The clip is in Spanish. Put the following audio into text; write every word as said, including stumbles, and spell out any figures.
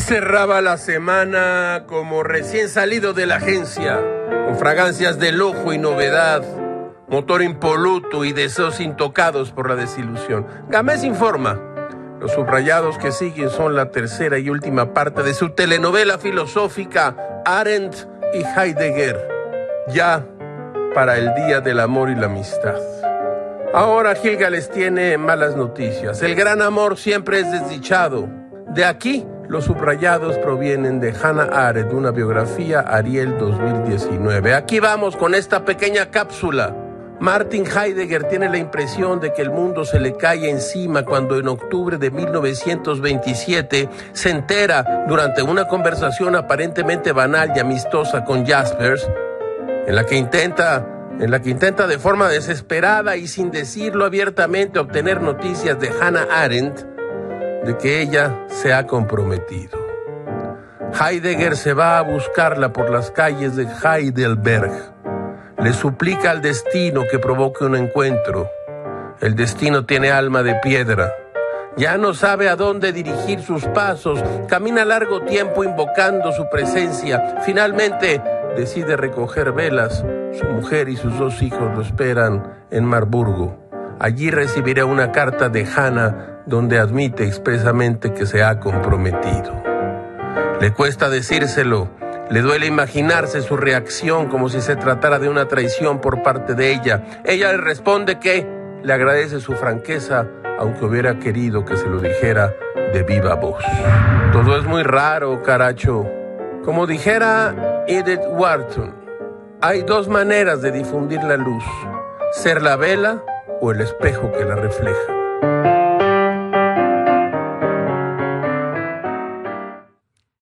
cerraba la semana como recién salido de la agencia, con fragancias de lujo y novedad, motor impoluto y deseos intocados por la desilusión. Gamés informa. Los subrayados que siguen son la tercera y última parte de su telenovela filosófica Arendt y Heidegger, ya para el Día del Amor y la Amistad. Ahora Gilga les tiene malas noticias. El gran amor siempre es desdichado. De aquí, los subrayados provienen de Hannah Arendt, una biografía Ariel dos mil diecinueve. Aquí vamos con esta pequeña cápsula. Martin Heidegger tiene la impresión de que el mundo se le cae encima cuando en octubre de mil novecientos veintisiete se entera durante una conversación aparentemente banal y amistosa con Jaspers, en la que intenta, en la que intenta de forma desesperada y sin decirlo abiertamente obtener noticias de Hannah Arendt, de que ella se ha comprometido. Heidegger se va a buscarla por las calles de Heidelberg. Le suplica al destino que provoque un encuentro. El destino tiene alma de piedra. Ya no sabe a dónde dirigir sus pasos. Camina largo tiempo invocando su presencia. Finalmente decide recoger velas. Su mujer y sus dos hijos lo esperan en Marburgo. Allí recibirá una carta de Hannah donde admite expresamente que se ha comprometido. Le cuesta decírselo. Le duele imaginarse su reacción como si se tratara de una traición por parte de ella. Ella le responde que le agradece su franqueza, aunque hubiera querido que se lo dijera de viva voz. Todo es muy raro, caracho. Como dijera Edith Wharton, hay dos maneras de difundir la luz: ser la vela o el espejo que la refleja.